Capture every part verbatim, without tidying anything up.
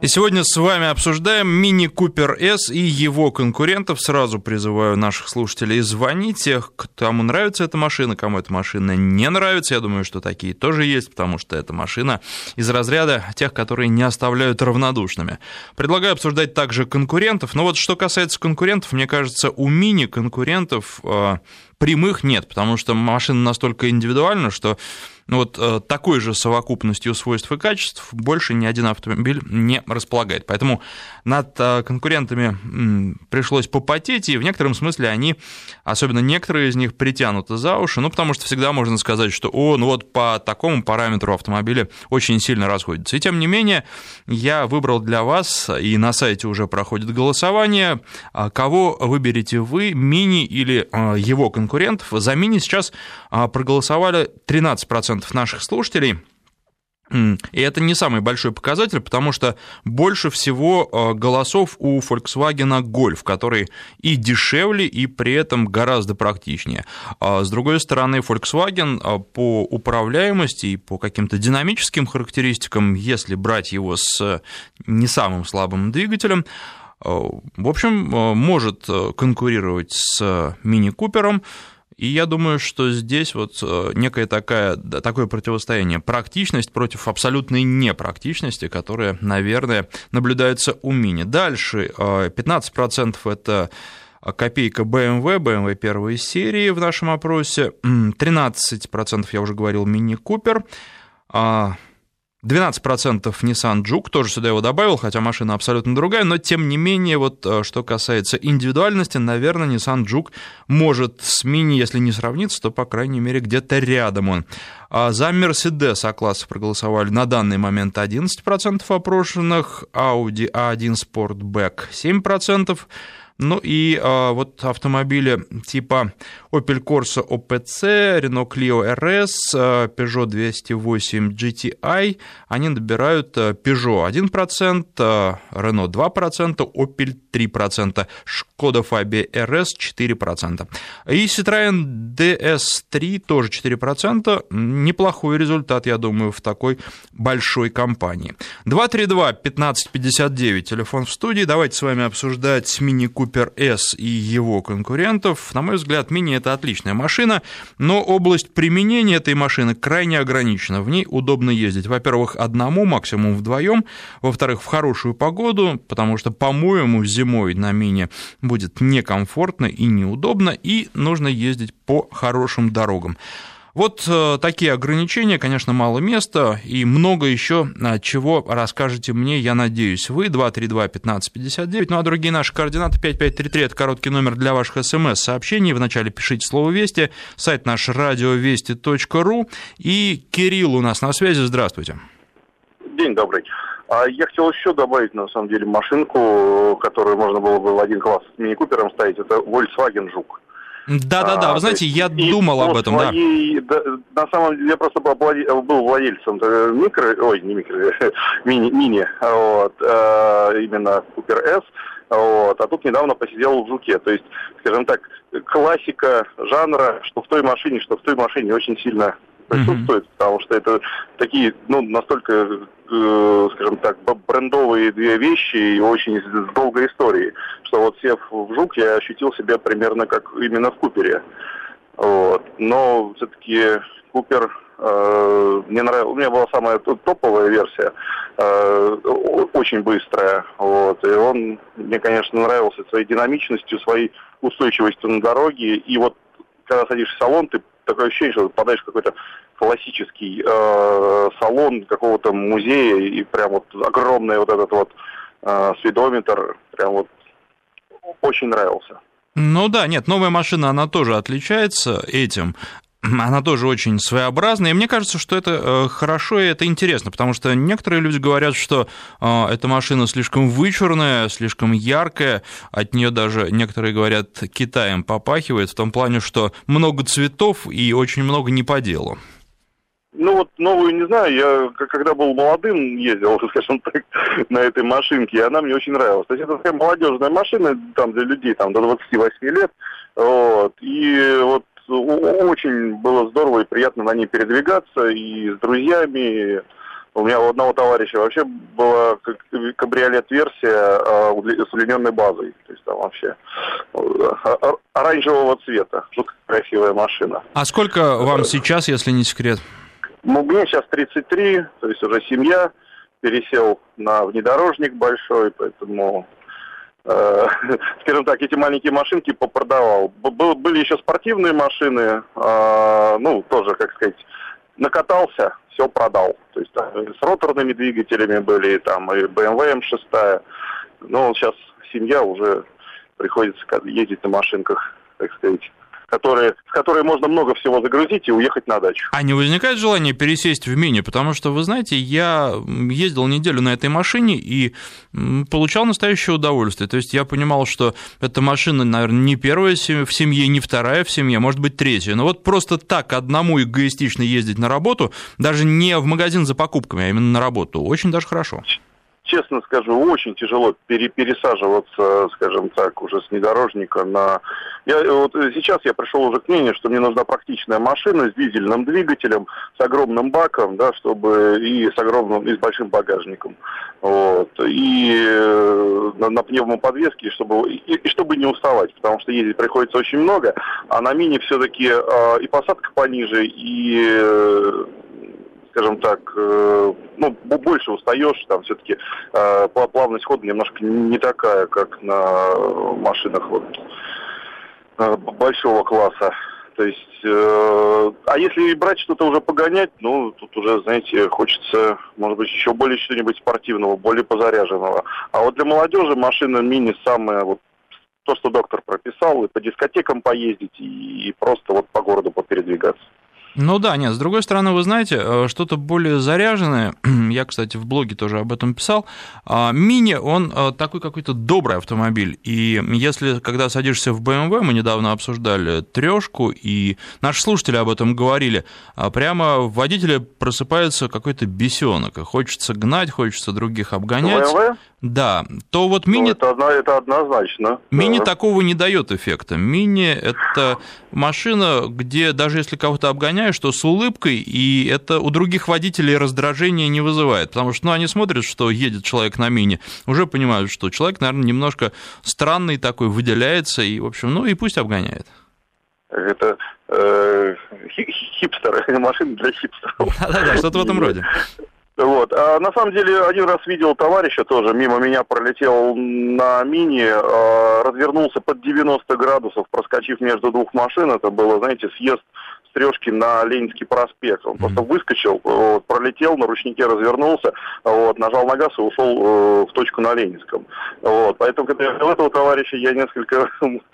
И сегодня с вами обсуждаем Мини Купер эс и его конкурентов. Сразу призываю наших слушателей звонить, тех, кому нравится эта машина, кому эта машина не нравится. Я думаю, что такие тоже есть, потому что эта машина из разряда тех, которые не оставляют равнодушными. Предлагаю обсуждать также конкурентов. Но вот что касается конкурентов, мне кажется, у Мини конкурентов э, прямых нет, потому что машина настолько индивидуальна, что ну, вот э, такой же совокупностью свойств и качеств больше ни один автомобиль не располагает. Поэтому над э, конкурентами м, пришлось попотеть, и в некотором смысле они, особенно некоторые из них, притянуты за уши, ну, потому что всегда можно сказать, что, о, ну вот по такому параметру автомобили очень сильно расходятся. И тем не менее, я выбрал для вас, и на сайте уже проходит голосование, кого выберете вы, Мини или э, его конкурентов. За Мини сейчас э, проголосовали тринадцать процентов наших слушателей, и это не самый большой показатель, потому что больше всего голосов у Volkswagen Golf, который и дешевле, и при этом гораздо практичнее. С другой стороны, Volkswagen по управляемости и по каким-то динамическим характеристикам, если брать его с не самым слабым двигателем, в общем, может конкурировать с мини-купером. И я думаю, что здесь вот некое такая, такое противостояние, практичность против абсолютной непрактичности, которая, наверное, наблюдается у Мини. Дальше пятнадцать процентов это копейка бэ эм вэ, бэ эм вэ первой серии в нашем опросе, тринадцать процентов, я уже говорил, Мини Купер, двенадцать процентов Nissan Juke, тоже сюда его добавил, хотя машина абсолютно другая, но тем не менее, вот что касается индивидуальности, наверное, Nissan Juke может с Mini, если не сравниться, то, по крайней мере, где-то рядом он. За Mercedes А-класс проголосовали на данный момент одиннадцать процентов опрошенных, Audi а один Sportback семь процентов, ну и а, вот автомобили типа Opel Corsa о пэ цэ, Renault Clio эр эс, Peugeot двести восемь джи ти ай, они набирают Peugeot один процент, Renault два процента, Opel три процента, Skoda Fabia эр эс четыре процента. И Citroёn ди эс три тоже четыре процента. Неплохой результат, я думаю, в такой большой компании. два три два пятнадцать пятьдесят девять, телефон в студии. Давайте с вами обсуждать Mini Cooper эс и его конкурентов. На мой взгляд, Mini — это отличная машина, но область применения этой машины крайне ограничена. В ней удобно ездить, во-первых, одному, максимум вдвоем, во-вторых, в хорошую погоду, потому что, по-моему, зимой на Mini будет некомфортно и неудобно, и нужно ездить по хорошим дорогам. Вот такие ограничения, конечно, мало места, и много еще чего расскажете мне, я надеюсь, вы. Два три два пятнадцать пятьдесят девять, ну а другие наши координаты пять пять три три, это короткий номер для ваших смс-сообщений. Вначале пишите слово «Вести», сайт наш радиовести точка ру, и Кирилл у нас на связи, здравствуйте. День добрый. Я хотел еще добавить, на самом деле, машинку, которую можно было бы в один класс с мини-купером ставить, это Volkswagen Жук. Да-да-да, а, вы знаете, я думал об этом, своей, да. да. На самом деле, я просто был, был владельцем микро, ой, не микро, мини, мини, вот, а, именно Купер эс, вот, а тут недавно посидел в Жуке, то есть, скажем так, классика жанра, что в той машине, что в той машине очень сильно присутствует, mm-hmm. потому что это такие, ну, настолько, э, скажем так, брендовые две вещи и очень с долгой историей, что вот сев в Жук, я ощутил себя примерно как именно в Купере. Вот. Но все-таки Купер э, мне нравилось, у меня была самая топовая версия, э, очень быстрая, вот, и он мне, конечно, нравился своей динамичностью, своей устойчивостью на дороге, и вот когда садишься в салон, ты такое ощущение, что попадаешь в какой-то классический э, салон какого-то музея, и прям вот огромный вот этот вот э, спидометр, прям вот очень нравился. Ну да, нет, новая машина, она тоже отличается этим. Она тоже очень своеобразная, и мне кажется, что это хорошо и это интересно, потому что некоторые люди говорят, что эта машина слишком вычурная, слишком яркая, от нее даже, некоторые говорят, Китаем попахивает, в том плане, что много цветов и очень много не по делу. Ну вот новую не знаю, я когда был молодым ездил, скажем так, на этой машинке, и она мне очень нравилась. То есть это такая молодежная машина там для людей там, до двадцати восьми лет, вот, и вот очень было здорово и приятно на ней передвигаться и с друзьями, У меня у одного товарища вообще была кабриолет-версия с удлиненной базой. То есть там вообще оранжевого цвета. Жутко красивая машина. А сколько вам сейчас, если не секрет? Ну, мне сейчас тридцать три, то есть уже семья. Пересел на внедорожник большой, поэтому... скажем так, эти маленькие машинки попродавал. Были еще спортивные машины, ну, тоже, как сказать, накатался, все продал. То есть там с роторными двигателями были, там и бэ эм вэ эм шесть. Но сейчас семья уже приходится ездить на машинках, так сказать, которые, в которые можно много всего загрузить и уехать на дачу. А не возникает желания пересесть в мини? Потому что, вы знаете, я ездил неделю на этой машине и получал настоящее удовольствие. То есть я понимал, что эта машина, наверное, не первая в семье, не вторая в семье, может быть, третья. Но вот просто так одному эгоистично ездить на работу, даже не в магазин за покупками, а именно на работу, очень даже хорошо. Честно скажу, очень тяжело пересаживаться, скажем так, уже с внедорожника на... Я, вот сейчас я пришел уже к мнению, что мне нужна практичная машина с дизельным двигателем, с огромным баком, да, чтобы и с огромным, и с большим багажником. Вот. И на, на пневмоподвеске, чтобы, и, и чтобы не уставать, потому что ездить приходится очень много, а на мини все-таки э, и посадка пониже, и... Э, скажем так, э, ну, больше устаешь, там все-таки э, плавность хода немножко не такая, как на машинах вот, э, большого класса. То есть, э, а если брать что-то уже погонять, ну, тут уже, знаете, хочется, может быть, еще более что-нибудь спортивного, более позаряженного. А вот для молодежи машина мини самая, вот, то, что доктор прописал, и по дискотекам поездить, и, и просто вот по городу попередвигаться. Ну да, нет, с другой стороны, вы знаете, что-то более заряженное, я, кстати, в блоге тоже об этом писал, мини, он такой какой-то добрый автомобиль, и если, когда садишься в бэ эм вэ, мы недавно обсуждали трешку, и наши слушатели об этом говорили, прямо в водителе просыпается какой-то бесенок, и хочется гнать, хочется других обгонять. бэ эм вэ? Да, то вот мини... Ну, это, это однозначно. Мини да. такого не дает эффекта. Мини – это машина, где даже если кого-то обгоняешь, то с улыбкой, и это у других водителей раздражения не вызывает, потому что ну, они смотрят, что едет человек на мини, уже понимают, что человек, наверное, немножко странный такой, выделяется, и, в общем, ну и пусть обгоняет. Это э, хипстеры, машина для хипстеров. Да-да-да, что-то в этом роде. Вот. А на самом деле, один раз видел товарища тоже, мимо меня пролетел на мини, э, развернулся под девяносто градусов, проскочив между двух машин. Это было, знаете, съезд с трешки на Ленинский проспект. Он mm-hmm. просто выскочил, вот, пролетел, на ручнике развернулся, вот, нажал на газ и ушел э, в точку на Ленинском. Вот. Поэтому, когда я видел этого товарища, я несколько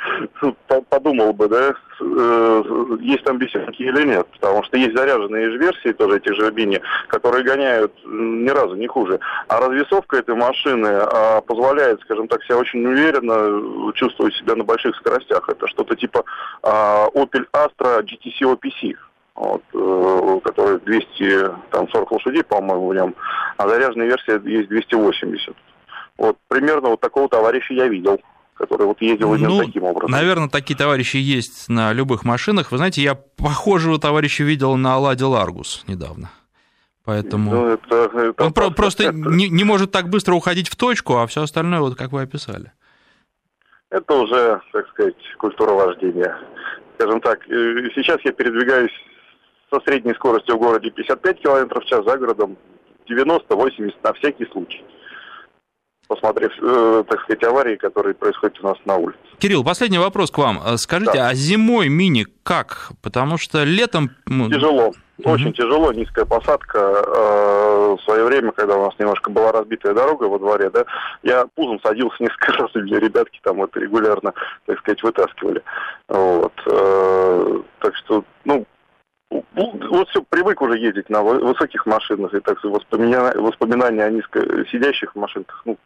подумал бы, да, есть там бесенки или нет, потому что есть заряженные же версии тоже этих же мини, которые гоняют ни разу не хуже. А развесовка этой машины а, позволяет, скажем так, себя очень уверенно чувствовать себя на больших скоростях. Это что-то типа а, Opel Astra джи ти си о пи си, вот, э, который двести сорок лошадей, по-моему, в нем, а заряженная версия есть двести восемьдесят. Вот примерно вот такого товарища я видел, который вот ездил именно ну, таким образом. Наверное, такие товарищи есть на любых машинах. Вы знаете, я похожего товарища видел на Ладе Ларгус недавно. Поэтому ну, это, это он просто, просто это... не, не может так быстро уходить в точку, а все остальное, вот как вы описали. Это уже, так сказать, культура вождения. Скажем так, сейчас я передвигаюсь со средней скоростью в городе пятьдесят пять километров в час, за городом девяносто-восемьдесят на всякий случай. Посмотрев, э, так сказать, аварии, которые происходят у нас на улице. Кирилл, последний вопрос к вам. Скажите, да. а зимой мини как? Потому что летом... Тяжело, угу. очень тяжело, низкая посадка. Э, в свое время, когда у нас немножко была разбитая дорога во дворе, да, я пузом садился несколько раз, и мне ребятки там это регулярно, так сказать, вытаскивали. Вот. Э, так что, ну, вот все, привык уже ездить на высоких машинах, и так воспоминания, воспоминания о низкосидящих машинках, ну,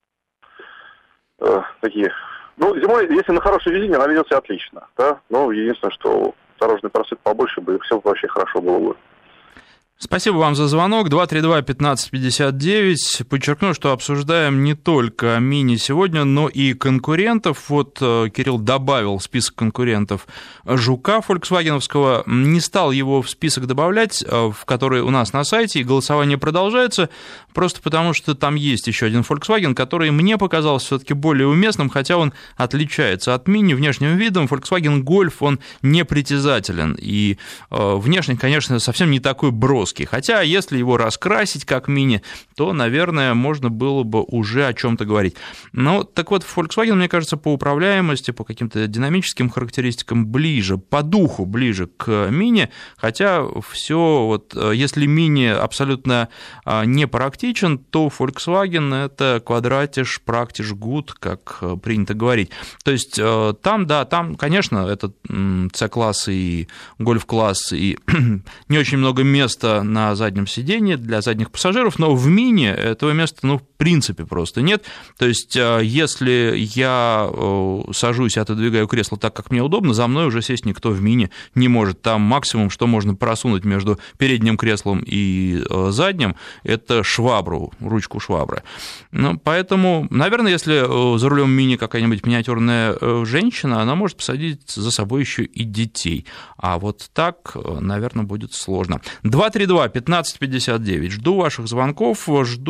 э, такие. Ну, зимой, если на хорошей резине, она ведет себя отлично, да, но единственное, что дорожный просвет побольше бы, и все вообще хорошо было бы. Спасибо вам за звонок. два три два пятнадцать пятьдесят девять. Подчеркну, что обсуждаем не только Мини сегодня, но и конкурентов. Вот Кирилл добавил в список конкурентов Жука фольксвагеновского. Не стал его в список добавлять, в который у нас на сайте, и голосование продолжается, просто потому что там есть еще один Volkswagen, который мне показался все-таки более уместным, хотя он отличается от Мини внешним видом. Volkswagen Golf, он непритязателен, и внешне, конечно, совсем не такой брос. Хотя, если его раскрасить как Мини, то, наверное, можно было бы уже о чем-то говорить. Ну, так вот, Volkswagen, мне кажется, по управляемости, по каким-то динамическим характеристикам ближе, по духу ближе к Мини, хотя все, вот, если Мини абсолютно не практичен, то Volkswagen — это квадратиш, практиш, гуд, как принято говорить. То есть там, да, там, конечно, это C-класс и Golf-класс, и не очень много места на заднем сиденье для задних пассажиров, но в Мини этого места, ну, в принципе, просто нет. То есть, если я сажусь и отодвигаю кресло так, как мне удобно, за мной уже сесть никто в Мини не может. Там максимум, что можно просунуть между передним креслом и задним, это швабру, ручку швабры. Ну, поэтому, наверное, если за рулем Мини какая-нибудь миниатюрная женщина, она может посадить за собой еще и детей. А вот так, наверное, будет сложно. два три два пятнадцать пятьдесят девять. Жду ваших звонков,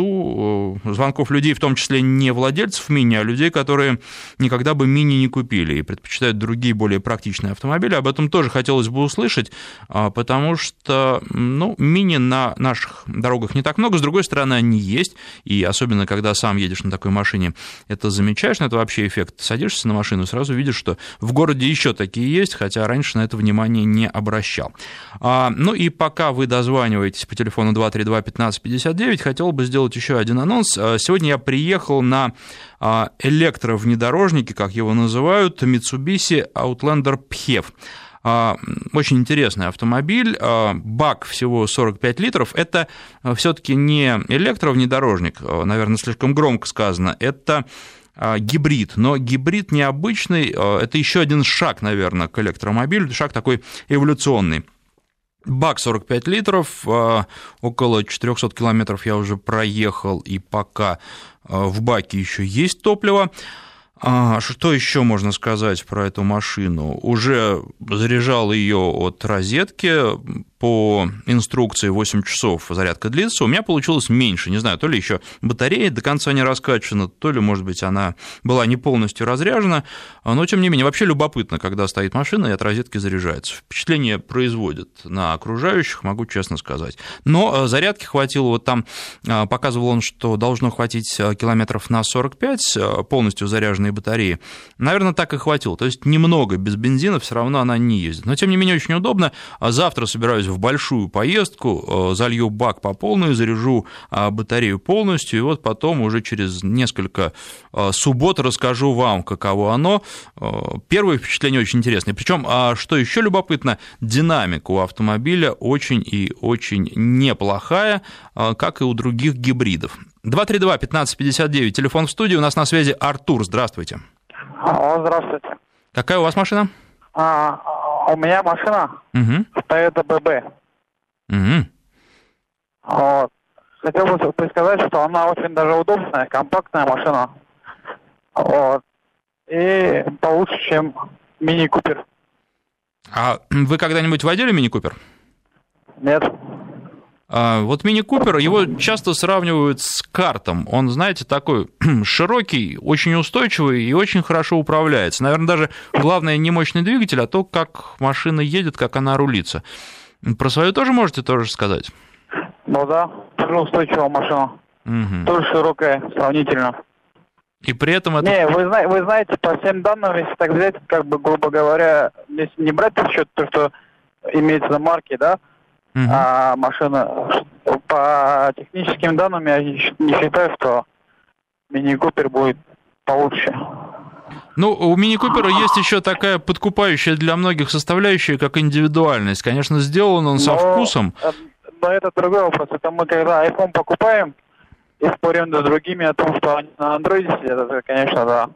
жду звонков людей, в том числе не владельцев Мини, а людей, которые никогда бы Мини не купили и предпочитают другие, более практичные автомобили. Об этом тоже хотелось бы услышать, потому что, ну, Мини на наших дорогах не так много, с другой стороны, они есть, и особенно, когда сам едешь на такой машине, это замечаешь, это вообще эффект. Садишься на машину и сразу видишь, что в городе еще такие есть, хотя раньше на это внимание не обращал. Ну и пока вы дозваниваетесь по телефону два три два пятнадцать пятьдесят девять, хотел бы сделать еще один анонс. Сегодня я приехал на электровнедорожнике, как его называют, Mitsubishi Outlander пи эйч и ви. Очень интересный автомобиль, бак всего сорок пять литров. Это все-таки не электровнедорожник, наверное, слишком громко сказано, это гибрид, но гибрид необычный, это еще один шаг, наверное, к электромобилю, шаг такой эволюционный. Бак сорок пять литров, около четыреста километров я уже проехал, и пока в баке еще есть топливо. Что еще можно сказать про эту машину? Уже заряжал ее от розетки, по инструкции восемь часов зарядка длится, у меня получилось меньше, не знаю, то ли еще батарея до конца не раскачана, то ли, может быть, она была не полностью разряжена, но, тем не менее, вообще любопытно, когда стоит машина и от розетки заряжается. Впечатление производит на окружающих, могу честно сказать. Но зарядки хватило, вот там показывал он, что должно хватить километров на сорок пять полностью заряженные батареи. Наверное, так и хватило, то есть немного, без бензина все равно она не ездит. Но, тем не менее, очень удобно. Завтра собираюсь в большую поездку, залью бак по полной, заряжу батарею полностью, и вот потом уже через несколько суббот расскажу вам, каково оно. Первое впечатление очень интересное. Причем, что еще любопытно, динамика у автомобиля очень и очень неплохая, как и у других гибридов. два три два пятнадцать пятьдесят девять, телефон в студии, у нас на связи Артур, здравствуйте. Алло, здравствуйте. Какая у вас машина? А, у меня машина угу. Toyota би би. Угу. Вот. Хотел бы сказать, что она очень даже удобная, компактная машина. Вот. И получше, чем Мини Купер. А вы когда-нибудь водили Мини Купер? Нет. А, вот Мини Купер, его часто сравнивают с картом. Он, знаете, такой широкий, очень устойчивый и очень хорошо управляется. Наверное, даже главное не мощный двигатель, а то, как машина едет, как она рулится. Про свою тоже можете тоже сказать? Ну да, тоже устойчивая машина. Угу. Тоже широкая, сравнительно. И при этом это... Не, вы, вы знаете, по всем данным, если так взять, как бы, грубо говоря, если не брать в счет то, что имеется на марке, да, uh-huh. а машина, по техническим данным, я не считаю, что Мини Купер будет получше. Ну, у Мини Купера есть еще такая подкупающая для многих составляющая, как индивидуальность. Конечно, сделан он но, со вкусом. Но это другой вопрос. Это мы, когда iPhone покупаем, и спорим с другими о том, что они на андроиде сидят, это, конечно, да.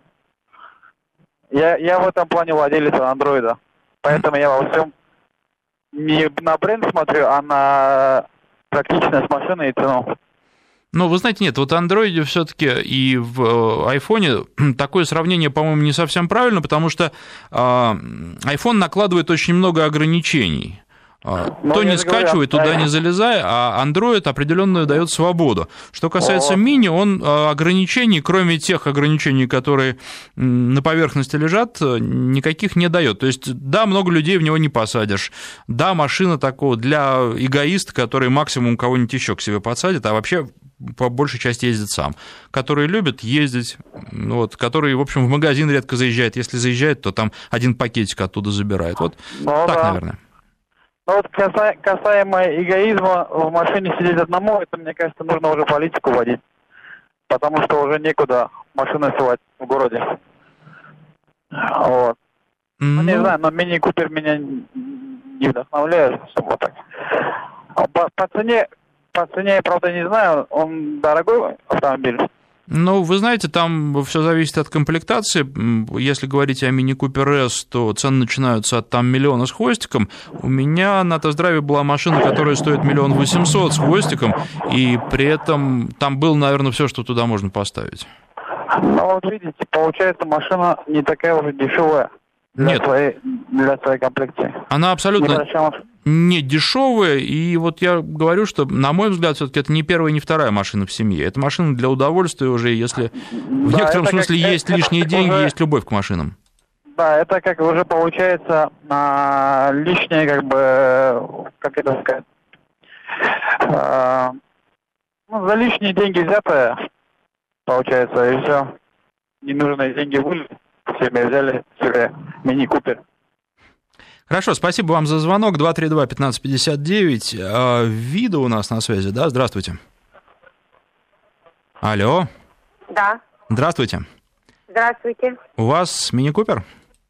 Я, я в этом плане владелец андроида. Поэтому я во всем не на бренд смотрю, а на практичность машины и цену. Ну, вы знаете, нет, вот в Android все-таки и в айфоне такое сравнение, по-моему, не совсем правильно, потому что iPhone накладывает очень много ограничений. Но то не скачивай, говорю, туда не залезай, а Android определенную дает свободу. Что касается мини, он ограничений, кроме тех ограничений, которые на поверхности лежат, никаких не дает. То есть, да, много людей в него не посадишь. Да, машина такого для эгоиста, который максимум кого-нибудь еще к себе подсадит, а вообще по большей части ездит сам. Которые любят ездить, вот, которые, в общем, в магазин редко заезжает. Если заезжает, то там один пакетик оттуда забирает. Вот ну, так, да. наверное. Ну вот касаемо эгоизма, в машине сидеть одному, это, мне кажется, нужно уже политику вводить, потому что уже некуда машины ссылать в городе. Вот. Ну, не знаю, но мини-купер меня не вдохновляет, вот так. По, по цене, по цене, правда, не знаю, он дорогой автомобиль. Ну, вы знаете, там все зависит от комплектации. Если говорить о Mini Cooper S, то цены начинаются от там миллиона с хвостиком. У меня на тест-драйве была машина, которая стоит миллион восемьсот с хвостиком, и при этом там было, наверное, все, что туда можно поставить. Ну, вот видите, получается, машина не такая уже дешевая для, Нет. своей, для своей комплекции. Она абсолютно не дешевая, и вот я говорю, что, на мой взгляд, все-таки это не первая, не вторая машина в семье. Это машина для удовольствия уже, если в да, некотором смысле как, есть это, лишние это деньги, уже... есть любовь к машинам. Да, это как уже получается а, лишнее, как бы, как это сказать, а, ну, за лишние деньги взятое, получается, и все. Ненужные деньги вылили, себе взяли себе мини-купер. Хорошо, спасибо вам за звонок. два три два пятнадцать пятьдесят девять. Вида у нас на связи, да? Здравствуйте. Алло. Да. Здравствуйте. Здравствуйте. У вас мини-купер?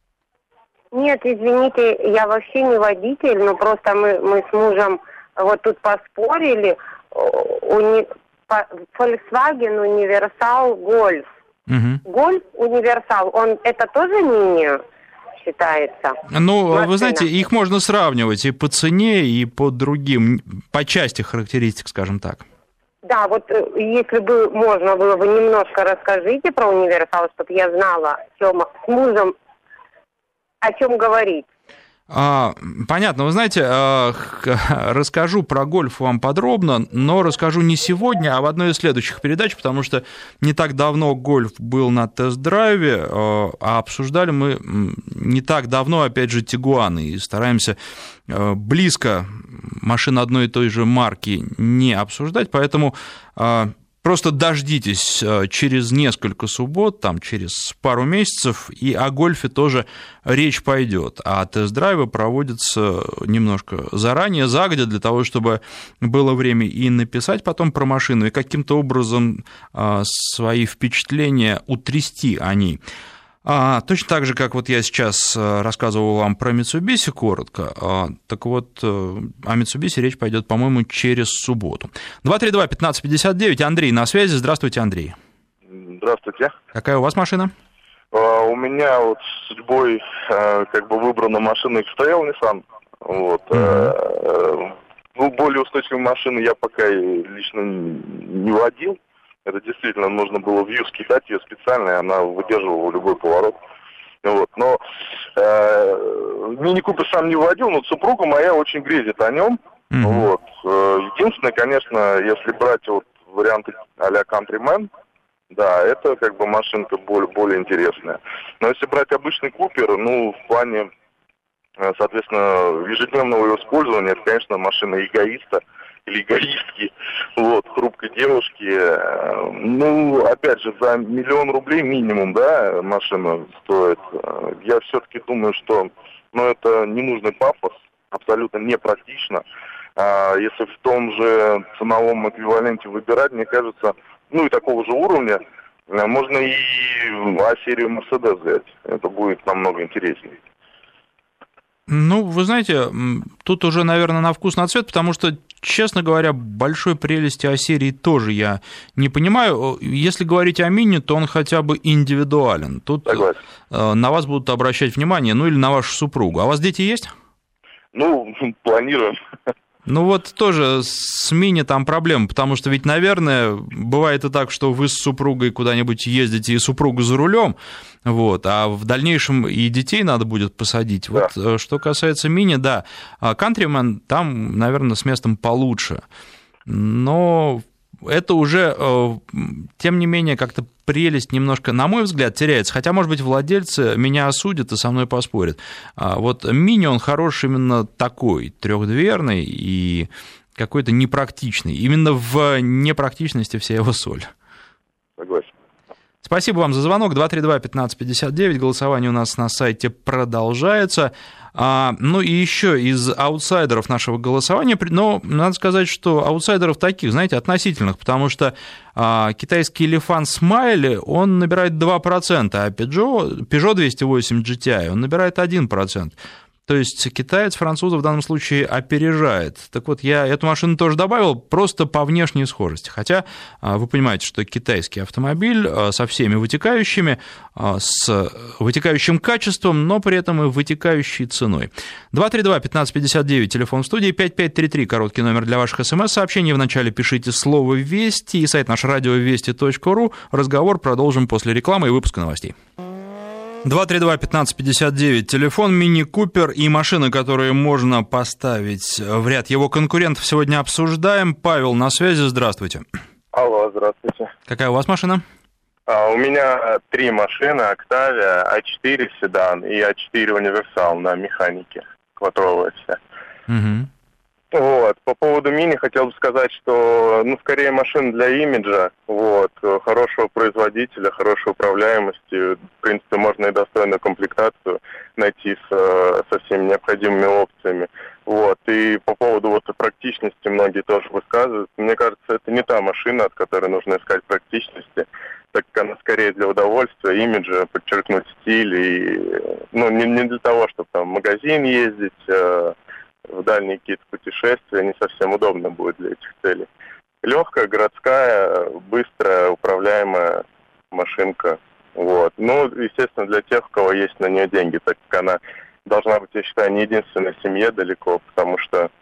Нет, извините, я вообще не водитель, но просто мы, мы с мужем вот тут поспорили. Уни... Volkswagen Universal Golf. Угу. Golf Universal, он это тоже мини? Считается. Ну, машина. Вы знаете, их можно сравнивать и по цене, и по другим, по части характеристик, скажем так. Да, вот если бы можно было бы немножко расскажите про универсал, чтобы я знала, о чем, с мужем, о чем говорить. А, понятно, вы знаете, расскажу про гольф вам подробно, но расскажу не сегодня, а в одной из следующих передач, потому что не так давно гольф был на тест-драйве, а обсуждали мы не так давно, опять же, Тигуаны, и стараемся близко машин одной и той же марки не обсуждать, поэтому... Просто дождитесь через несколько суббот, там, через пару месяцев, и о гольфе тоже речь пойдет. А тест-драйвы проводятся немножко заранее, загодя, для того, чтобы было время и написать потом про машину, и каким-то образом свои впечатления утрясти о ней. А, точно так же, как вот я сейчас рассказывал вам про Mitsubishi коротко, а, так вот о Mitsubishi речь пойдет, по-моему, через субботу. два три два пятнадцать пятьдесят девять, Андрей на связи. Здравствуйте, Андрей. Здравствуйте. Какая у вас машина? А, у меня вот с судьбой а, как бы выбрана машина X-Trail Nissan. Вот. Mm-hmm. А, ну, более устойчивой машины я пока лично не водил. Это действительно нужно было в юз кидать ее специально, и она выдерживала любой поворот. Вот. Но э, мини-купер сам не водил, но супруга моя очень грезит о нем. Mm-hmm. Вот. Единственное, конечно, если брать вот варианты а-ля Countryman, да, это как бы машинка более, более интересная. Но если брать обычный купер, ну, в плане, соответственно, ежедневного его использования, это, конечно, машина эгоиста, или эгоистки, вот, хрупкой девушки, ну, опять же, за миллион рублей минимум, да, машина стоит. Я все-таки думаю, что, ну, это ненужный пафос, абсолютно непрактично. Если в том же ценовом эквиваленте выбирать, мне кажется, ну, и такого же уровня, можно и А-серию Mercedes взять. Это будет намного интереснее. Ну, вы знаете, тут уже, наверное, на вкус, на цвет, потому что, честно говоря, большой прелести А-серии тоже я не понимаю. Если говорить о мини, то он хотя бы индивидуален. Тут Согласен. На вас будут обращать внимание, ну или на вашу супругу. А у вас дети есть? Ну, планируем. Ну вот тоже с мини там проблема, потому что ведь, наверное, бывает и так, что вы с супругой куда-нибудь ездите, и супруга за рулем, вот, а в дальнейшем и детей надо будет посадить. Да. Вот что касается мини, да, Countryman там, наверное, с местом получше, но это уже, тем не менее, как-то прелесть немножко, на мой взгляд, теряется. Хотя, может быть, владельцы меня осудят и со мной поспорят. Вот мини, он хорош именно такой, трехдверный и какой-то непрактичный. Именно в непрактичности вся его соль. Согласен. Спасибо вам за звонок. два три два пятнадцать пятьдесят девять. Голосование у нас на сайте продолжается. А, ну и еще из аутсайдеров нашего голосования, но надо сказать, что аутсайдеров таких, знаете, относительных, потому что а, китайский Lifan Smile, он набирает два процента, а Peugeot, Peugeot двести восемь джи ти ай, он набирает один процент. То есть китаец француза в данном случае опережает. Так вот, я эту машину тоже добавил просто по внешней схожести. Хотя вы понимаете, что китайский автомобиль со всеми вытекающими, с вытекающим качеством, но при этом и вытекающей ценой. два три два пятнадцать пятьдесят девять, телефон в студии, пять пять три три, короткий номер для ваших смс-сообщений. Вначале пишите слово «Вести» и сайт наш радиовести точка ру. Разговор продолжим после рекламы и выпуска новостей. два три два пятнадцать пятьдесят девять, телефон, Мини Купер и машины, которые можно поставить в ряд его конкурентов, сегодня обсуждаем. Павел на связи, здравствуйте. Алло, здравствуйте. Какая у вас машина? А, у меня три машины, Octavia, а четыре седан и а четыре универсал на механике, квадровая вся. Угу. Вот, по поводу мини хотел бы сказать, что, ну, скорее машина для имиджа, вот, хорошего производителя, хорошей управляемости, в принципе, можно и достойную комплектацию найти с, со всеми необходимыми опциями, вот, и по поводу вот практичности многие тоже высказывают, мне кажется, это не та машина, от которой нужно искать практичности, так как она скорее для удовольствия, имиджа, подчеркнуть стиль, и, ну, не, не для того, чтобы там в магазин ездить, в дальние какие-то путешествия, не совсем удобно будет для этих целей. Легкая, городская, быстрая, управляемая машинка. Вот. Ну, естественно, для тех, у кого есть на нее деньги, так как она должна быть, я считаю, не единственной в семье далеко, потому что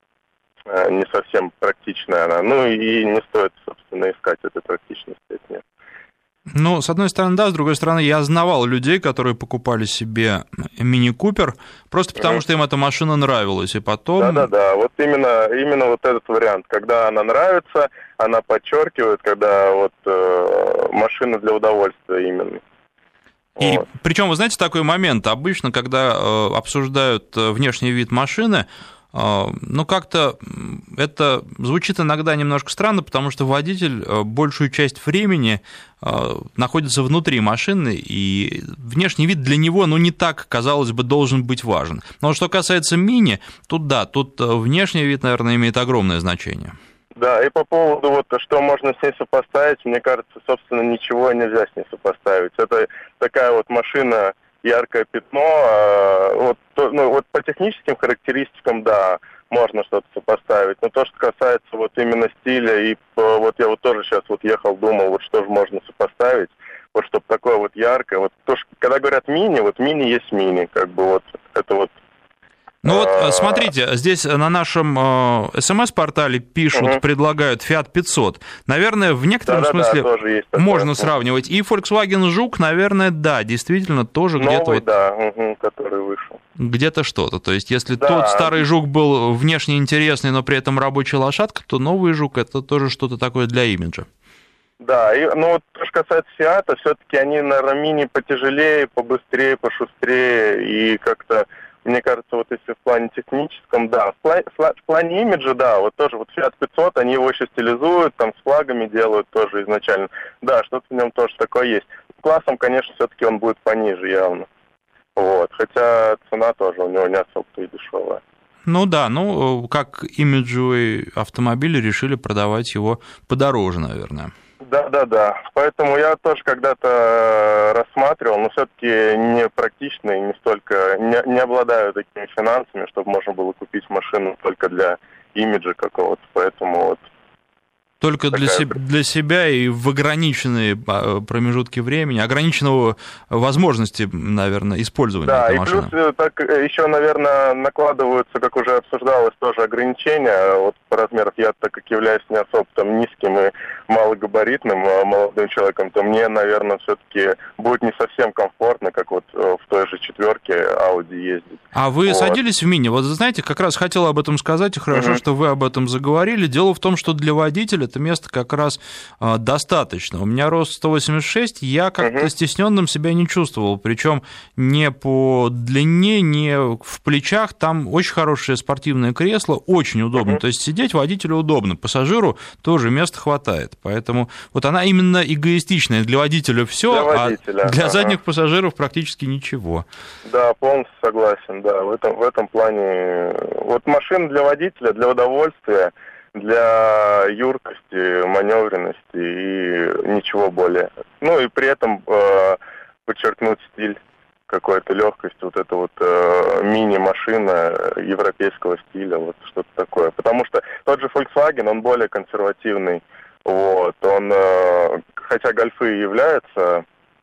э, не совсем практичная она. Ну, и не стоит, собственно, искать этой практичности от нее. Ну, с одной стороны, да, с другой стороны, я знавал людей, которые покупали себе Мини Купер, просто потому, mm-hmm. что им эта машина нравилась, и потом... Да-да-да, вот именно, именно вот этот вариант, когда она нравится, она подчеркивает, когда вот э, машина для удовольствия именно. И вот. Причем, вы знаете, такой момент, обычно, когда э, обсуждают внешний вид машины, ну, как-то это звучит иногда немножко странно, потому что водитель большую часть времени находится внутри машины, и внешний вид для него, ну, не так, казалось бы, должен быть важен. Но что касается мини, тут да, тут внешний вид, наверное, имеет огромное значение. Да, и по поводу вот, что можно с ней сопоставить, мне кажется, собственно, ничего нельзя с ней сопоставить. Это такая вот машина... яркое пятно, вот, ну, вот по техническим характеристикам, да, можно что-то сопоставить, но то, что касается вот именно стиля, и вот я вот тоже сейчас вот ехал, думал, вот что же можно сопоставить, вот чтобы такое вот яркое, вот то, что, когда говорят мини, вот мини есть мини, как бы вот, это вот. Ну вот, смотрите, здесь на нашем СМС-портале пишут, угу. предлагают Fiat пятьсот. Наверное, в некотором да, смысле да, да, можно такое. Сравнивать. И Volkswagen Жук, наверное, да, действительно, тоже Новый, где-то... Вот, да, угу, который вышел. Где-то что-то. То есть, если да. тот старый Жук был внешне интересный, но при этом рабочая лошадка, то новый Жук — это тоже что-то такое для имиджа. Да, и, ну вот то, что касается Фиата, все-таки они, наверное, мини потяжелее, побыстрее, пошустрее, и как-то... Мне кажется, вот если в плане техническом, да, в плане, в плане имиджа, да, вот тоже вот Fiat пятьсот, они его еще стилизуют, там с флагами делают тоже изначально. Да, что-то в нем тоже такое есть. Классом, конечно, все-таки он будет пониже явно. Вот, хотя цена тоже у него не особо-то и дешевая. Ну да, ну как имиджевый автомобиль решили продавать его подороже, наверное. Да-да-да, поэтому я тоже когда-то рассматривал, но все-таки не практичный, не столько, не, не обладаю такими финансами, чтобы можно было купить машину только для имиджа какого-то, поэтому вот Только для, се- для себя и в ограниченные промежутки времени, ограниченного возможности, наверное, использования да, этой и машины. Плюс так еще, наверное, накладываются, как уже обсуждалось, тоже ограничения. Вот по размерам я, так как являюсь не особо там низким и малогабаритным молодым человеком, то мне, наверное, все-таки будет не совсем комфортно, как вот в той же четверке Audi ездить. А вы вот. садились в мини? Вот, знаете, как раз хотел об этом сказать, и хорошо, mm-hmm. что вы об этом заговорили. Дело в том, что для водителя это место как раз а, достаточно. У меня рост сто восемьдесят шесть, я как-то mm-hmm. стесненным себя не чувствовал, причем не по длине, не в плечах. Там очень хорошее спортивное кресло, очень удобно. Mm-hmm. То есть сидеть водителю удобно, пассажиру тоже места хватает. Поэтому вот она именно эгоистичная. Для водителя все, а для ага. задних пассажиров практически ничего. Да, полностью согласен, да. В этом, в этом плане вот машина для водителя, для удовольствия, для юркости, маневренности и ничего более. Ну и при этом э, подчеркнуть стиль, какую-то легкость, вот эта вот э, мини-машина европейского стиля, вот что-то такое. Потому что тот же Volkswagen, он более консервативный, вот, он, э, хотя гольфы являются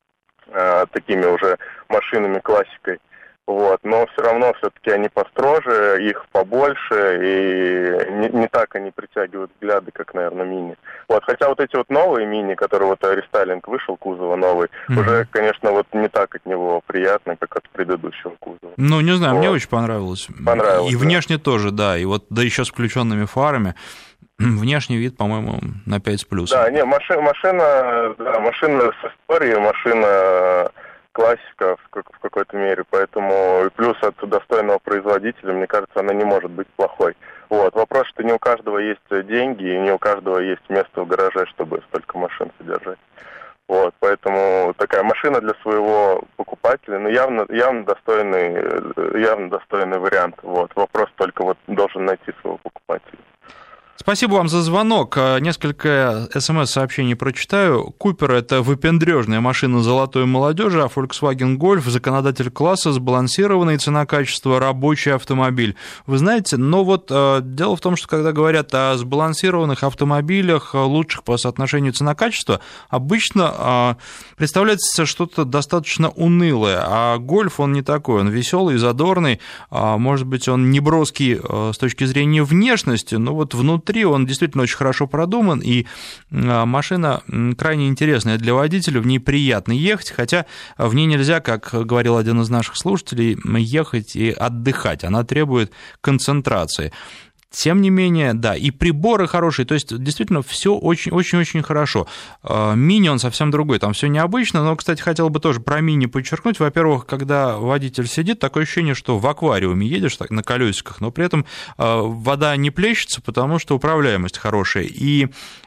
э, такими уже машинами классикой, вот, но все равно все-таки они построже, их побольше, и не, не так они притягивают взгляды, как, наверное, мини. Вот, хотя вот эти вот новые мини, которые вот рестайлинг вышел, кузова новый, mm-hmm. уже, конечно, вот не так от него приятно, как от предыдущего кузова. Ну, не знаю, вот. Мне очень понравилось. Понравилось. И внешне да. тоже, да, и вот, да еще с включенными фарами. Внешний вид, по-моему, на пять с плюсом. Да, не, машина, машина, да, машина с историей, машина классика в, в какой-то мере, поэтому и плюс от достойного производителя, мне кажется, она не может быть плохой. Вот, вопрос, что не у каждого есть деньги, и не у каждого есть место в гараже, чтобы столько машин содержать. Вот, поэтому такая машина для своего покупателя, ну, явно, явно достойный, явно достойный вариант. Вот, вопрос только вот должен найти своего покупателя. Спасибо вам за звонок. Несколько смс-сообщений прочитаю. Купер — это выпендрежная машина золотой молодежи, а Volkswagen Golf — законодатель класса, сбалансированный, цена-качество, рабочий автомобиль. Вы знаете, но вот э, дело в том, что когда говорят о сбалансированных автомобилях, лучших по соотношению цена-качество, обычно э, представляется что-то достаточно унылое, а Golf, он не такой, он веселый, задорный, э, может быть, он не броский э, с точки зрения внешности, но вот внутри он действительно очень хорошо продуман, и машина крайне интересная для водителя, в ней приятно ехать, хотя в ней нельзя, как говорил один из наших слушателей, ехать и отдыхать, она требует концентрации. Тем не менее, да, и приборы хорошие, то есть действительно все очень-очень-очень хорошо. Мини, он совсем другой, там все необычно, но, кстати, хотел бы тоже про мини подчеркнуть. Во-первых, когда водитель сидит, такое ощущение, что в аквариуме едешь так, на колесиках, но при этом вода не плещется, потому что управляемость хорошая. И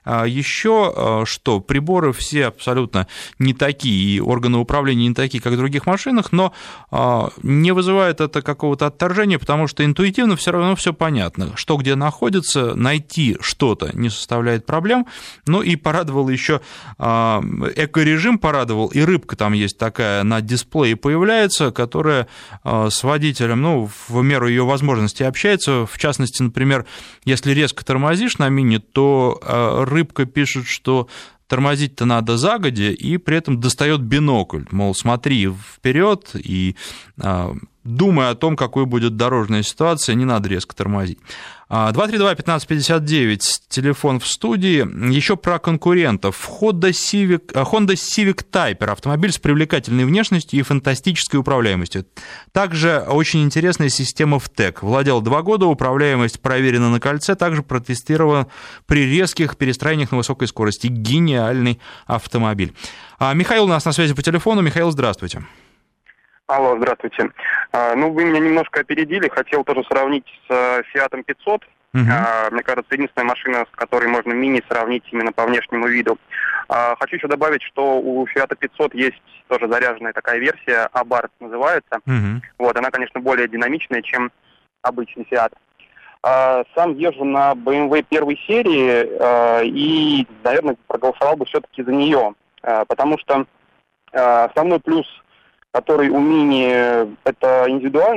еще что, приборы все абсолютно не такие, и органы управления не такие, как в других машинах, но не вызывает это какого-то отторжения, потому что интуитивно все равно все понятно, что где находится, найти что-то не составляет проблем. Ну и порадовал еще экорежим, порадовал, и рыбка там есть такая на дисплее появляется, которая с водителем, ну, в меру ее возможностей общается. В частности, например, если резко тормозишь на мини, то рыбка пишет, что тормозить-то надо загодя, и при этом достает бинокль, мол, смотри вперед и думая о том, какой будет дорожная ситуация, не надо резко тормозить. два три два пятнадцать пятьдесят девять, телефон в студии. Еще про конкурентов. Honda Civic, Honda Civic Type, автомобиль с привлекательной внешностью и фантастической управляемостью. Также очень интересная система в ТЭК. Владел два года, управляемость проверена на кольце, также протестирован при резких перестроениях на высокой скорости. Гениальный автомобиль. Михаил у нас на связи по телефону. Михаил, здравствуйте. Алло, здравствуйте. А, ну, вы меня немножко опередили. Хотел тоже сравнить с Fiat пятьсот. Uh-huh. А, мне кажется, единственная машина, с которой можно мини сравнить именно по внешнему виду. А, хочу еще добавить, что у Fiat пятьсот есть тоже заряженная такая версия, Abarth называется. Uh-huh. Вот, она, конечно, более динамичная, чем обычный Fiat. А, сам езжу на бэ эм вэ первой серии а, и, наверное, проголосовал бы все-таки за нее. А, потому что а, основной плюс, который у мини, это индивидуальность,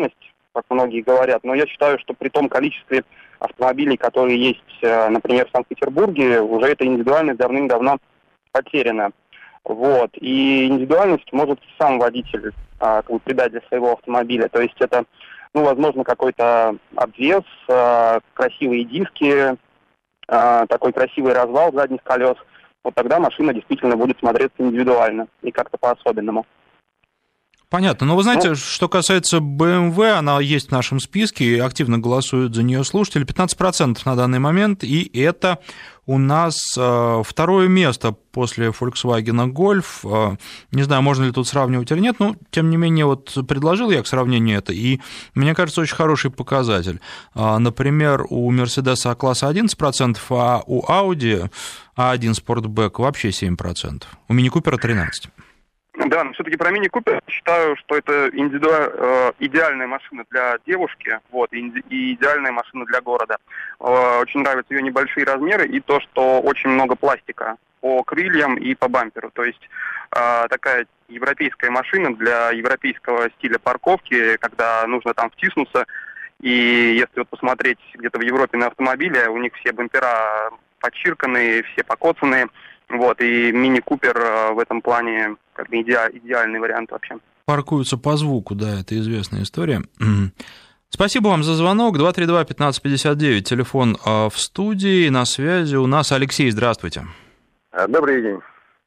как многие говорят. Но я считаю, что при том количестве автомобилей, которые есть, например, в Санкт-Петербурге, уже эта индивидуальность давным-давно потеряна. Вот. И индивидуальность может сам водитель а, как бы придать для своего автомобиля. То есть это, ну, возможно, какой-то обвес, а, красивые диски, а, такой красивый развал задних колес. Вот тогда машина действительно будет смотреться индивидуально и как-то по-особенному. Понятно. Но вы знаете, ну, что касается бэ эм вэ, она есть в нашем списке, и активно голосуют за нее слушатели, пятнадцать процентов на данный момент, и это у нас второе место после Volkswagen Golf. Не знаю, можно ли тут сравнивать или нет, но, тем не менее, вот предложил я к сравнению это, и мне кажется, очень хороший показатель. Например, у Mercedes А-класса одиннадцать процентов, а у Audi а один Sportback вообще семь процентов, у Mini Cooper тринадцать процентов. Да, но все-таки про Mini Cooper считаю, что это индивидуаль, э, идеальная машина для девушки, вот, и, и идеальная машина для города. Э, очень нравятся ее небольшие размеры и то, что очень много пластика по крыльям и по бамперу. То есть э, такая европейская машина для европейского стиля парковки, когда нужно там втиснуться. И если вот посмотреть где-то в Европе на автомобиле, у них все бампера подчирканные, все покоцанные. Вот, и Mini Cooper в этом плане как бы иде- идеальный вариант вообще. Паркуются по звуку, да, это известная история. Спасибо вам за звонок. два три два пятнадцать пятьдесят девять, телефон в студии, на связи у нас Алексей, здравствуйте. Добрый день.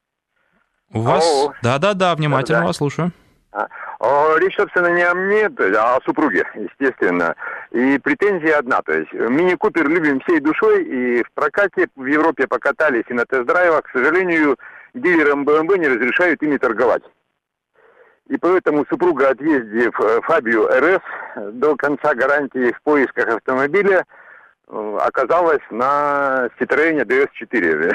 У вас... Да-да-да, внимательно Да-да. вас слушаю. Речь, собственно, не о мне, а о супруге, естественно. И претензия одна, то есть Mini Cooper любим всей душой, и в прокате в Европе покатались и на тест-драйвах. К сожалению, дилерам бэ эм вэ не разрешают ими торговать. И поэтому супруга, отъездив Фабию эр эс до конца гарантии в поисках автомобиля, оказалась на Citroёn ди эс четыре.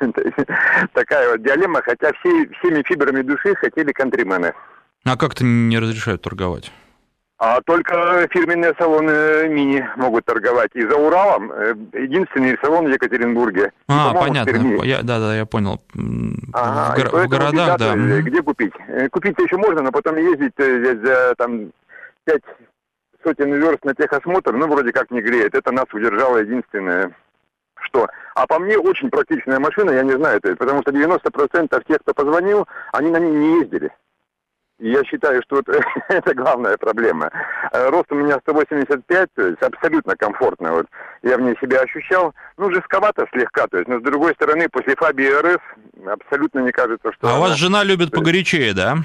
Такая вот дилемма, хотя все, всеми фибрами души хотели кантримены. А как-то не разрешают торговать? А только фирменные салоны Мини могут торговать. И за Уралом единственный салон в Екатеринбурге. А, понятно. Я, да, да, я понял. Ага, в, гор- в городах, да. Где купить? Купить-то еще можно, но потом ездить за там пять сотен верст на техосмотр, ну, вроде как не греет. Это нас удержало единственное, что. А по мне очень практичная машина, я не знаю, это, потому что девяносто процентов тех, кто позвонил, они на ней не ездили. Я считаю, что это, это главная проблема. Рост у меня сто восемьдесят пять, то есть абсолютно комфортно. Вот. Я в ней себя ощущал. Ну, жестковато слегка, то есть, но с другой стороны, после Фабии эр эс абсолютно не кажется, что... А она... у вас жена любит погорячее, да?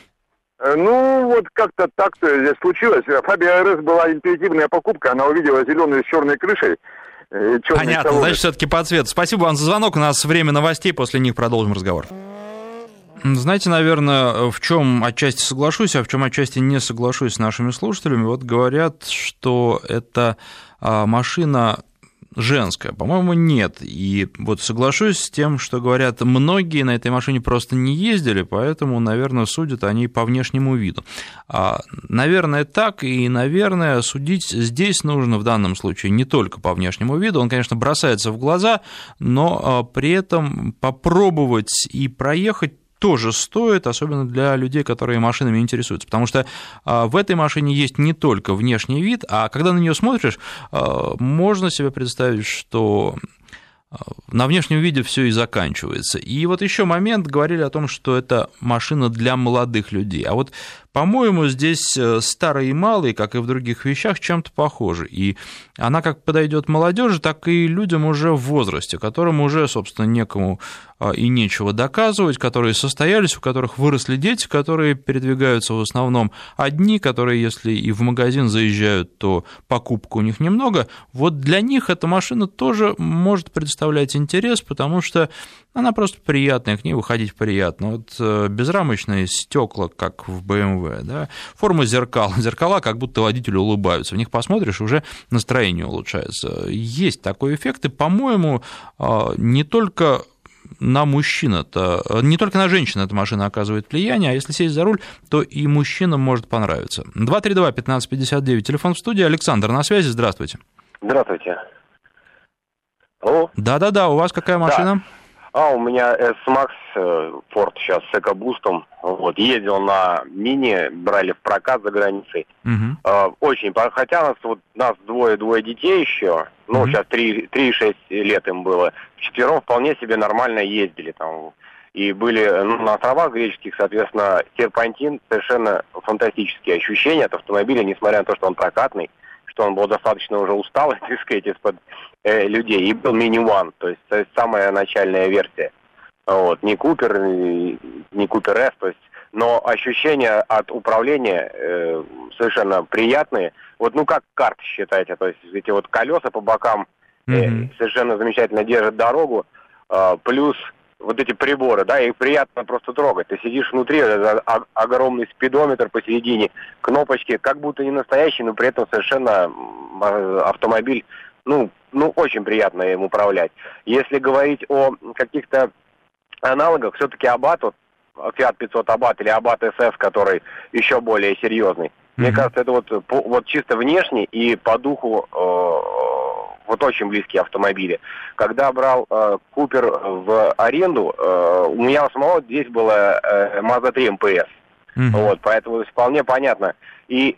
Ну, вот как-то так-то здесь случилось. Фабия эр эс была интуитивная покупка, она увидела зеленую с черной крышей. Понятно, салоны. Значит, все-таки по цвету. Спасибо вам за звонок, у нас время новостей, после них продолжим разговор. Знаете, наверное, в чем отчасти соглашусь, а в чем отчасти не соглашусь с нашими слушателями. Вот говорят, что это машина женская. По-моему, нет. И вот соглашусь с тем, что говорят, многие на этой машине просто не ездили, поэтому, наверное, судят они по внешнему виду. Наверное, так, и, наверное, судить здесь нужно в данном случае не только по внешнему виду. Он, конечно, бросается в глаза, но при этом попробовать и проехать тоже стоит, особенно для людей, которые машинами интересуются, потому что в этой машине есть не только внешний вид, а когда на нее смотришь, можно себе представить, что на внешнем виде все и заканчивается. И вот еще момент, говорили о том, что это машина для молодых людей. А вот, по-моему, здесь старые и малые, как и в других вещах, чем-то похожи. И она как подойдет молодежи, так и людям уже в возрасте, которым уже, собственно, некому и нечего доказывать, которые состоялись, у которых выросли дети, которые передвигаются в основном одни, которые, если и в магазин заезжают, то покупок у них немного. Вот для них эта машина тоже может представлять интерес, потому что она просто приятная, к ней выходить приятно. Вот безрамочные стекла, как в бэ эм вэ, да, форма зеркал, зеркала, как будто водители улыбаются, в них посмотришь, уже настроение улучшается. Есть такой эффект, и, по-моему, не только на мужчин, это, не только на женщин эта машина оказывает влияние, а если сесть за руль, то и мужчинам может понравиться. два три два пятнадцать пятьдесят девять, телефон в студии. Александр на связи, здравствуйте. Здравствуйте. Алло. Да-да-да, у вас какая машина? А, у меня S-Max, Ford сейчас с экобустом. Вот, ездил на Мини, брали в прокат за границей. Uh-huh. А, очень, хотя нас, вот, нас двое, двое детей еще, ну, uh-huh. сейчас три и шесть лет им было. Вчетвером вполне себе нормально ездили там. И были ну, на островах греческих, соответственно, серпантин, совершенно фантастические ощущения от автомобиля, несмотря на то, что он прокатный, что он был достаточно уже усталый, так сказать, из-под э, людей. И был Mini One, то есть, то есть самая начальная версия. Вот. Не Купер, не, не Купер S, то есть, но ощущения от управления э, совершенно приятные. Вот, ну, как карт считайте, то есть эти вот колеса по бокам э, mm-hmm. совершенно замечательно держат дорогу, э, плюс вот эти приборы, да, их приятно просто трогать. Ты сидишь внутри, огромный спидометр посередине, кнопочки, как будто не настоящий, но при этом совершенно автомобиль, ну, ну, очень приятно им управлять. Если говорить о каких-то аналогах, все-таки Абат, вот, Fiat пятьсот Абат или Абат эс эс, который еще более серьезный, mm-hmm. мне кажется, это вот, по, вот чисто внешне и по духу э, вот очень близкие автомобили. Когда брал э, Купер в аренду, э, у меня у самого здесь была э, Mazda три эм пэ эс. Mm-hmm. Вот, поэтому вполне понятно. И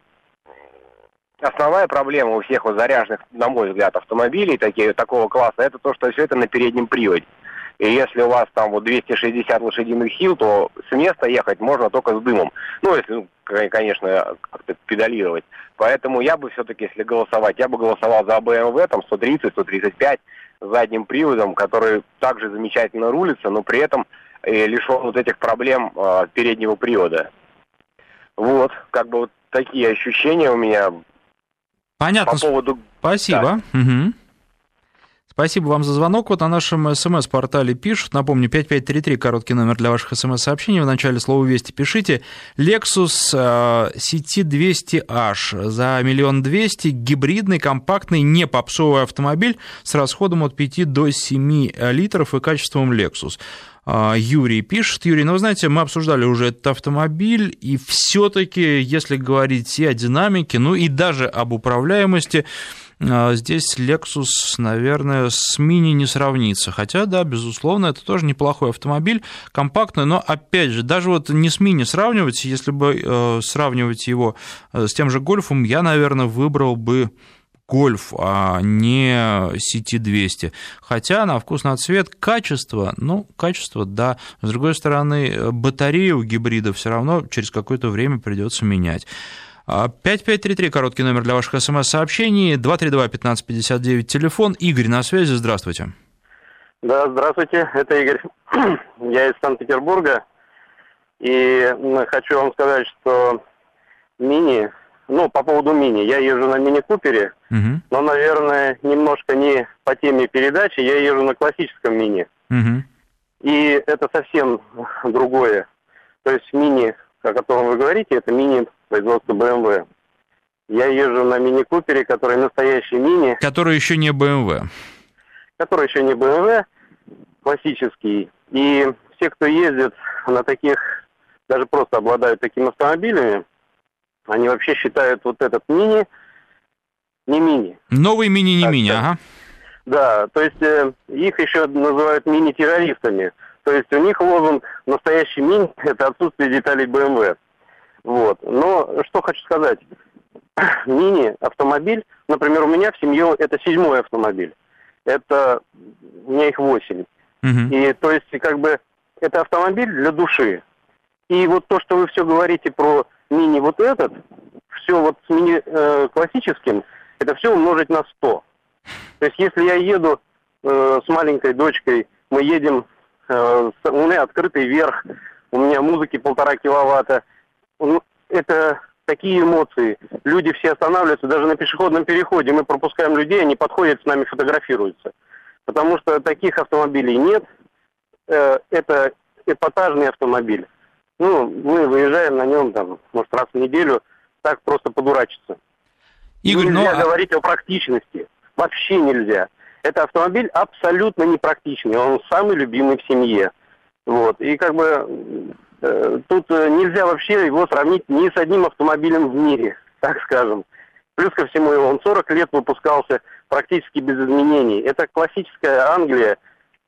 основная проблема у всех вот заряженных, на мой взгляд, автомобилей такие, такого класса, это то, что все это на переднем приводе. И если у вас там вот двести шестьдесят лошадиных сил, то с места ехать можно только с дымом. Ну, если, ну, конечно, как-то педалировать. Поэтому я бы все-таки, если голосовать, я бы голосовал за бэ эм вэ, там, сто тридцать - сто тридцать пять с задним приводом, который также замечательно рулится, но при этом э, лишен вот этих проблем э, переднего привода. Вот, как бы вот такие ощущения у меня. Понятно. По поводу... Спасибо. Да. Угу. Спасибо вам за звонок. Вот на нашем смс-портале пишут, напомню, пять пять три три, короткий номер для ваших смс-сообщений. В начале слова «Вести» пишите. Lexus си ти двести эйч за миллион двести, гибридный, компактный, не попсовый автомобиль с расходом от пяти до семи литров и качеством Lexus. Юрий пишет. Юрий, ну, вы знаете, мы обсуждали уже этот автомобиль, и все-таки, если говорить и о динамике, ну и даже об управляемости, здесь Lexus, наверное, с Mini не сравнится. Хотя, да, безусловно, это тоже неплохой автомобиль, компактный, но, опять же, даже вот не с Mini сравнивать, если бы э, сравнивать его с тем же Гольфом, я, наверное, выбрал бы Гольф, а не си ти двести. Хотя на вкус, на цвет, качество, ну, качество, да. С другой стороны, батарею гибрида все равно через какое-то время придется менять. пять пять три три, короткий номер для ваших смс-сообщений, два три два пятнадцать пятьдесят девять, телефон. Игорь на связи, здравствуйте. Да, здравствуйте, это Игорь. Я из Санкт-Петербурга, и хочу вам сказать, что Мини, ну, по поводу Мини, я езжу на Мини-Купере, угу. но, наверное, немножко не по теме передачи, я езжу на классическом Мини. Угу. И это совсем другое. То есть Мини, о котором вы говорите, это Мини производства бэ эм вэ. Я езжу на Мини-Купере, который настоящий Мини. Который еще не бэ эм вэ. Который еще не бэ эм вэ, классический. И все, кто ездит на таких, даже просто обладают такими автомобилями, они вообще считают вот этот Мини не Мини. Новый Мини не так, Мини, так. Ага. Да, то есть э, их еще называют Мини-террористами. То есть у них лозунг «настоящий Мини» — это отсутствие деталей бэ эм вэ. Вот. Но что хочу сказать. Мини автомобиль, например, у меня в семье это седьмой автомобиль. Это у меня их восемь. Uh-huh. И то есть как бы это автомобиль для души. И вот то, что вы все говорите про Мини вот этот, все вот с Мини э, классическим, это все умножить на сто. То есть если я еду э, с маленькой дочкой, мы едем, э, с, у меня открытый верх, у меня музыки полтора киловатта, ну, это такие эмоции. Люди все останавливаются, даже на пешеходном переходе мы пропускаем людей, они подходят с нами, фотографируются. Потому что таких автомобилей нет. Э, это эпатажный автомобиль. Ну, мы выезжаем на нем, там, может, раз в неделю, так просто подурачиться. Игорь, нельзя но... говорить о практичности. Вообще нельзя. Это автомобиль абсолютно непрактичный. Он самый любимый в семье. Вот. И как бы э, тут нельзя вообще его сравнить ни с одним автомобилем в мире, так скажем. Плюс ко всему, он сорок лет выпускался практически без изменений. Это классическая Англия.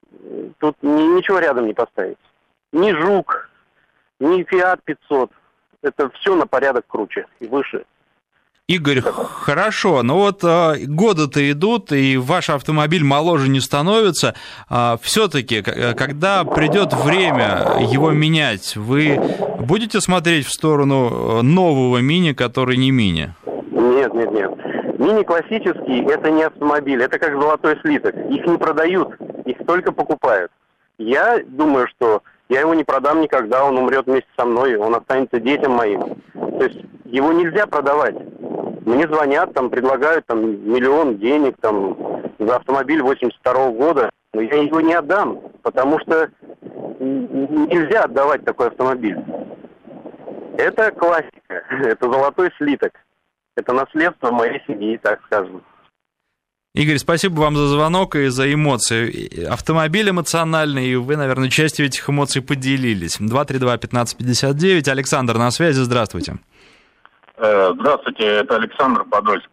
тут ничего рядом не поставить. Ни Жук, ни Фиат пятьсот. Это все на порядок круче и выше. Игорь, хорошо, но вот э, годы-то идут, и ваш автомобиль моложе не становится. Э, все-таки, когда придет время его менять, вы будете смотреть в сторону нового Мини, который не Мини? Нет, нет, нет. Мини классический – это не автомобиль, это как золотой слиток. Их не продают, их только покупают. Я думаю, что я его не продам никогда, он умрет вместе со мной, он останется детям моим. То есть его нельзя продавать. Мне звонят, там, предлагают там, миллион денег там, за автомобиль восемьдесят второго года, но я его не отдам, потому что нельзя отдавать такой автомобиль. Это классика, это золотой слиток, это наследство моей семьи, так скажем. Игорь, спасибо вам за звонок и за эмоции. Автомобиль эмоциональный, и вы, наверное, частью этих эмоций поделились. два три два пятнадцать пятьдесят девять. Александр на связи, здравствуйте. Здравствуйте, это Александр, Подольск.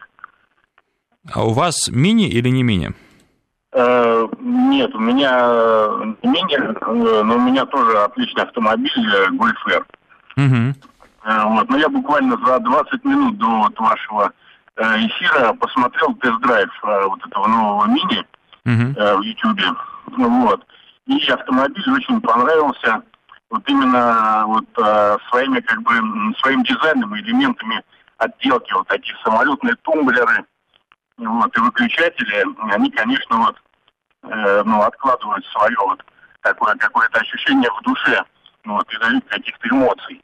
А у вас Мини или не Мини? Э, нет, у меня не Мини, но у меня тоже отличный автомобиль, Golf R. Угу. Э, вот, но я буквально за двадцать минут до вот вашего эфира посмотрел тест-драйв вот этого нового Мини угу. э, в Ютьюбе. Вот. И автомобиль очень понравился. Вот именно вот э, своими как бы своим дизайном и элементами отделки, вот такие самолетные тумблеры, вот, и выключатели, они, конечно, вот э, ну, откладывают свое вот такое какое-то ощущение в душе, вот, и дают каких-то эмоций.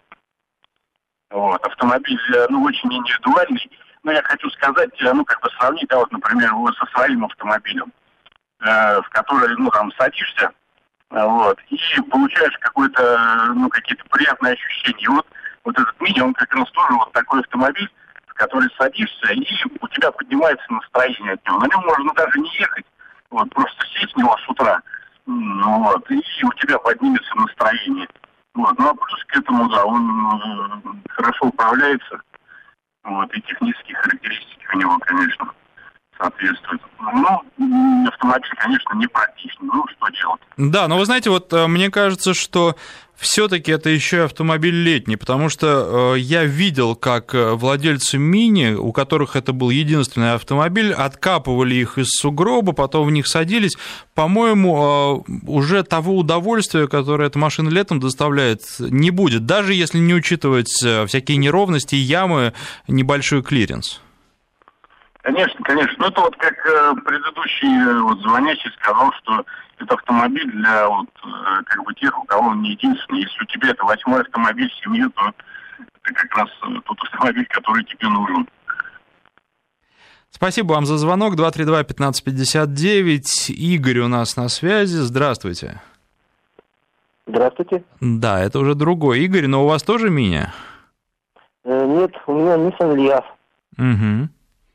Вот, автомобиль, ну, очень индивидуальный, но я хочу сказать, ну, как бы сравнить, да, вот, например, со своим автомобилем, э, в который, ну, там, садишься, вот, и получаешь какое-то, ну, какие-то приятные ощущения. И вот, вот этот Мини, он как раз тоже вот такой автомобиль, в который садишься, и у тебя поднимается настроение от него. На нем можно даже не ехать, вот, просто сесть в него с утра, вот, и у тебя поднимется настроение. Вот, ну, а плюс к этому, да, он хорошо управляется, вот, и технические характеристики у него, конечно, соответствует. Ну, автомобиль, конечно, непрактичный. Ну, что делать? Да, но вы знаете, вот мне кажется, что все-таки это еще и автомобиль летний, потому что я видел, как владельцы Мини, у которых это был единственный автомобиль, откапывали их из сугроба, потом в них садились. По-моему, уже того удовольствия, которое эта машина летом доставляет, не будет, даже если не учитывать всякие неровности, ямы, небольшой клиренс. Конечно, конечно. Ну, это вот как э, предыдущий вот, звонящий сказал, что это автомобиль для вот, э, как бы тех, у кого он не единственный. Если у тебя это восьмой автомобиль в семье, то это как раз тот автомобиль, который тебе нужен. Спасибо вам за звонок. два три два пятнадцать пятьдесят девять. Игорь у нас на связи. Здравствуйте. Здравствуйте. Да, это уже другой Игорь, но у вас тоже Мини? Э, нет, у меня Nissan Leaf. Угу.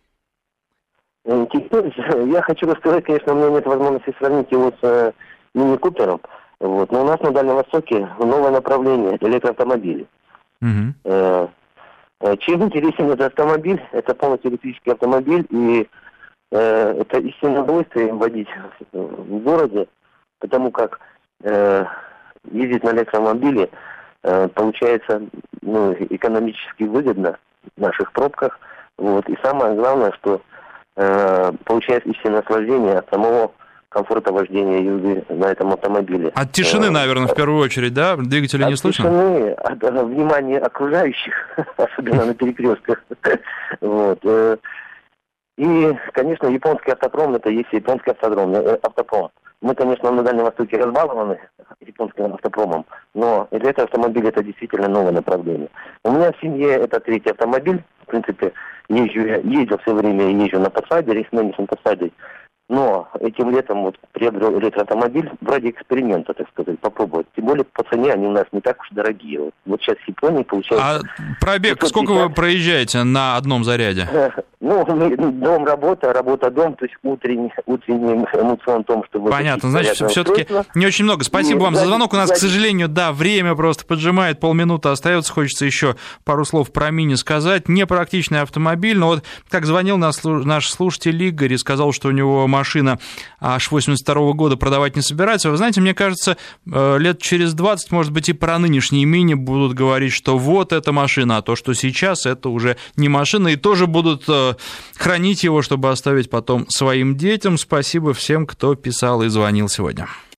Теперь я хочу рассказать, конечно, у меня нет возможности сравнить его с э, мини-купером, вот, но у нас на Дальнем Востоке новое направление – электроавтомобили. Uh-huh. Э, чем интересен этот автомобиль? Это полностью электрический автомобиль, и э, это истинное удовольствие им водить в городе, потому как э, ездить на электромобиле э, получается ну, экономически выгодно в наших пробках, вот, и самое главное, что получает истинное наслаждение от самого комфорта вождения езды на этом автомобиле. От тишины, наверное, в первую очередь, да? Двигателя не слышно? От тишины, от, от внимания окружающих, особенно на перекрестках. Вот. И, конечно, японский автопром, это есть японский автодром, автопром. Мы, конечно, на Дальнем Востоке разбалованы японским автопромом, но электроавтомобиль это действительно новое направление. У меня в семье это третий автомобиль, в принципе, езжу, я ездил все время, езжу на Pathfinder, с Madison Pathfinder, но этим летом вот приобрел электроавтомобиль ради эксперимента, так сказать, попробовать. Тем более по цене они у нас не так уж дорогие. Вот, вот сейчас в Японии получается... А пробег, пятьсот пятьдесят... сколько вы проезжаете на одном заряде? Ну, дом, работа, работа, дом, то есть утренний, утренний эмоцион том, чтобы... Понятно, значит, все-таки не очень много. Спасибо Нет, вам за звонок. У нас, к сожалению, да, время просто поджимает, полминуты остается, хочется еще пару слов про Мини сказать. Непрактичный автомобиль, но вот как звонил наш, наш слушатель Игорь и сказал, что у него машина аж восемьдесят второго года продавать не собирается. Вы знаете, мне кажется, лет через двадцать, может быть, и про нынешние мини будут говорить, что вот эта машина, а то, что сейчас, это уже не машина, и тоже будут хранить его, чтобы оставить потом своим детям. Спасибо всем, кто писал и звонил сегодня.